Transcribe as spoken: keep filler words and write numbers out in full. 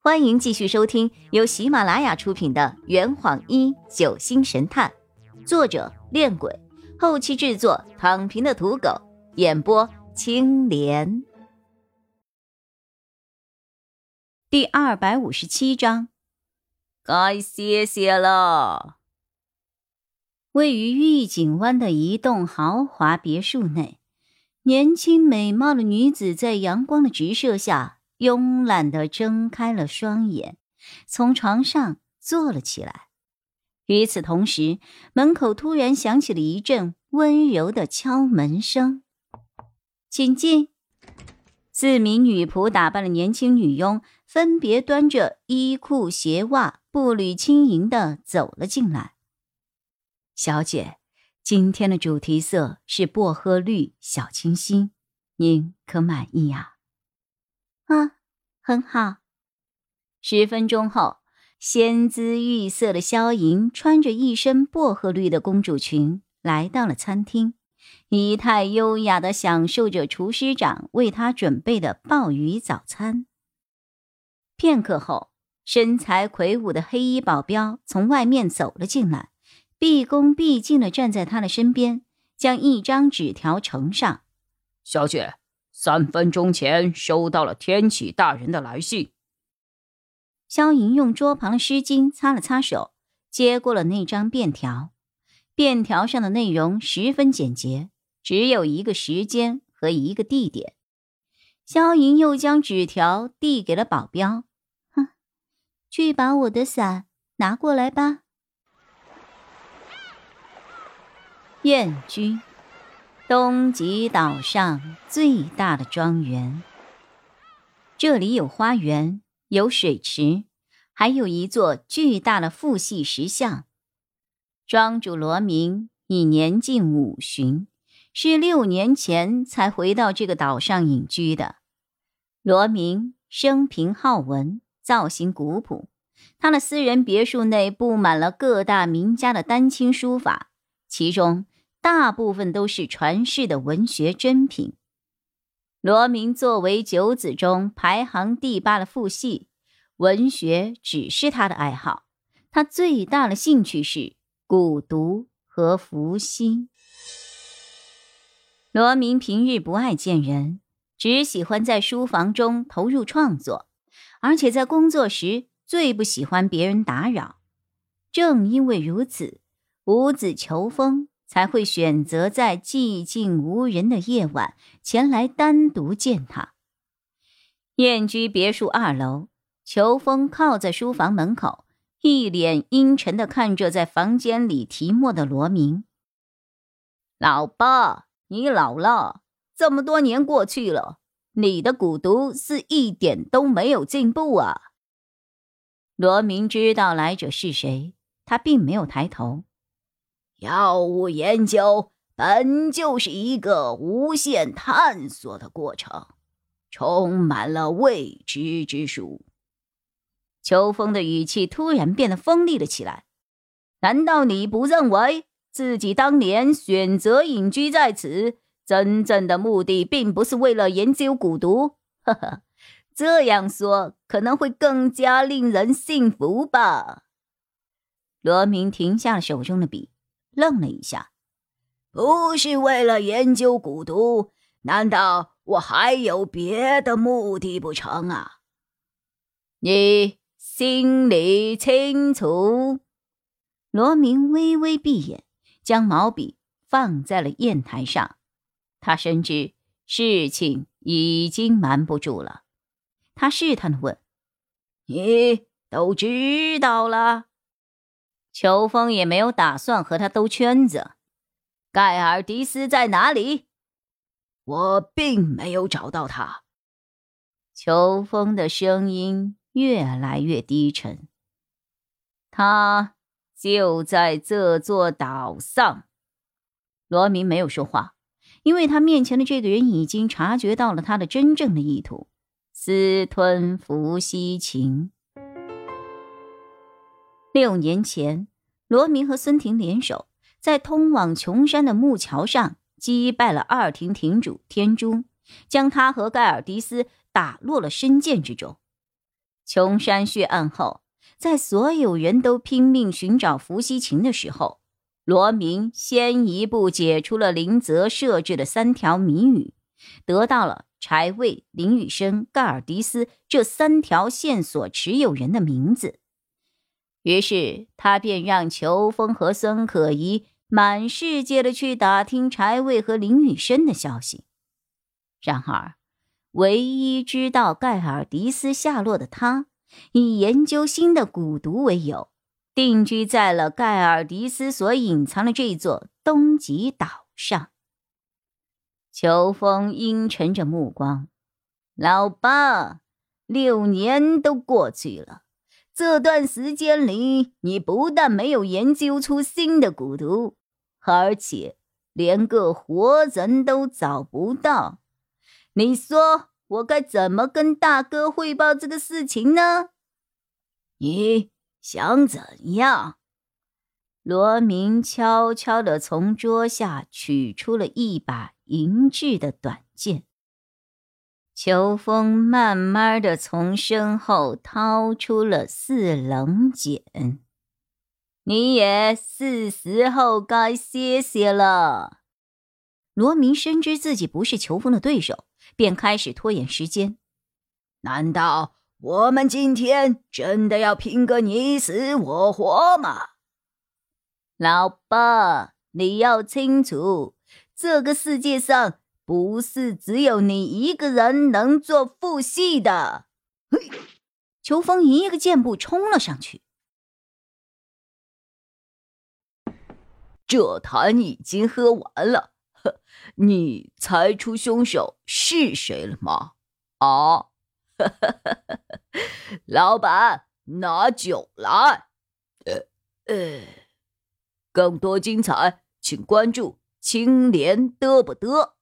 欢迎继续收听由喜马拉雅出品的《圆谎一九星神探》，作者恋鬼，后期制作躺平的土狗，演播青莲。第二百五十七章，该歇歇了。位于御景湾的一栋豪华别墅内，年轻美貌的女子在阳光的直射下慵懒地睁开了双眼，从床上坐了起来。与此同时，门口突然响起了一阵温柔的敲门声。请进。四名女仆打扮的年轻女佣分别端着衣裤鞋袜，步履轻盈地走了进来。小姐，今天的主题色是薄荷绿小清新，您可满意啊？啊，很好。十分钟后，仙姿玉色的萧莹穿着一身薄荷绿的公主裙来到了餐厅，仪态优雅地享受着厨师长为她准备的鲍鱼早餐。片刻后，身材魁梧的黑衣保镖从外面走了进来，毕恭毕敬地站在他的身边，将一张纸条呈上。 小姐，三分钟前收到了天启大人的来信。 萧莹用桌旁的湿巾擦了擦手，接过了那张便条。便条上的内容十分简洁，只有一个时间和一个地点。萧莹又将纸条递给了保镖。哼，去把我的伞拿过来吧。燕居，东极岛上最大的庄园。这里有花园，有水池，还有一座巨大的父系石像。庄主罗明已年近五旬，是六年前才回到这个岛上隐居的。罗明生平好文，造型古朴，他的私人别墅内布满了各大名家的丹青书法，其中大部分都是传世的文学珍品。罗明作为九子中排行第八的父系，文学只是他的爱好，他最大的兴趣是古读和伏羲。罗明平日不爱见人，只喜欢在书房中投入创作，而且在工作时最不喜欢别人打扰。正因为如此，五子求风才会选择在寂静无人的夜晚前来单独见他。燕居别墅二楼，裘风靠在书房门口，一脸阴沉地看着在房间里提墨的罗明。老爸，你老了，这么多年过去了，你的蛊毒是一点都没有进步啊。罗明知道来者是谁，他并没有抬头。药物研究本就是一个无限探索的过程，充满了未知之数。秋风的语气突然变得锋利了起来。难道你不认为自己当年选择隐居在此，真正的目的并不是为了研究蛊毒？呵呵，这样说可能会更加令人信服吧。罗明停下了手中的笔，愣了一下。不是为了研究蛊毒，难道我还有别的目的不成啊？你心里清楚。罗明微微闭眼，将毛笔放在了砚台上。他深知事情已经瞒不住了。他试探地问：你都知道了？裘风也没有打算和他兜圈子。盖尔迪斯在哪里？我并没有找到他。裘风的声音越来越低沉。他就在这座岛上。罗明没有说话，因为他面前的这个人已经察觉到了他的真正的意图，私吞伏羲琴。六年前，罗明和孙婷联手，在通往琼山的木桥上击败了二庭庭主天珠，将他和盖尔迪斯打落了深涧之中。 琼山血案后，在所有人都拼命寻找伏羲琴的时候，罗明先一步解出了林泽设置的三条谜语，得到了柴卫、林雨生、盖尔迪斯这三条线索持有人的名字。于是他便让裘风和孙可怡满世界的去打听柴卫和林雨生的消息。然而唯一知道盖尔迪斯下落的他，以研究新的蛊毒为由，定居在了盖尔迪斯所隐藏的这座东极岛上。裘风阴沉着目光，老爸，六年都过去了，这段时间里，你不但没有研究出新的蛊毒，而且连个活人都找不到。你说我该怎么跟大哥汇报这个事情呢？你想怎样？罗明悄悄地从桌下取出了一把银质的短剑。裘风慢慢地从身后掏出了四棱锏。你也是时候该歇歇了。罗明深知自己不是裘风的对手，便开始拖延时间。难道我们今天真的要拼个你死我活吗？老爸，你要清楚，这个世界上不是只有你一个人能做父系的。嘿，裘风一个箭步冲了上去。这坛已经喝完了，呵，你猜出凶手是谁了吗？啊，老板，拿酒来。呃呃，更多精彩，请关注青莲嘚不嘚。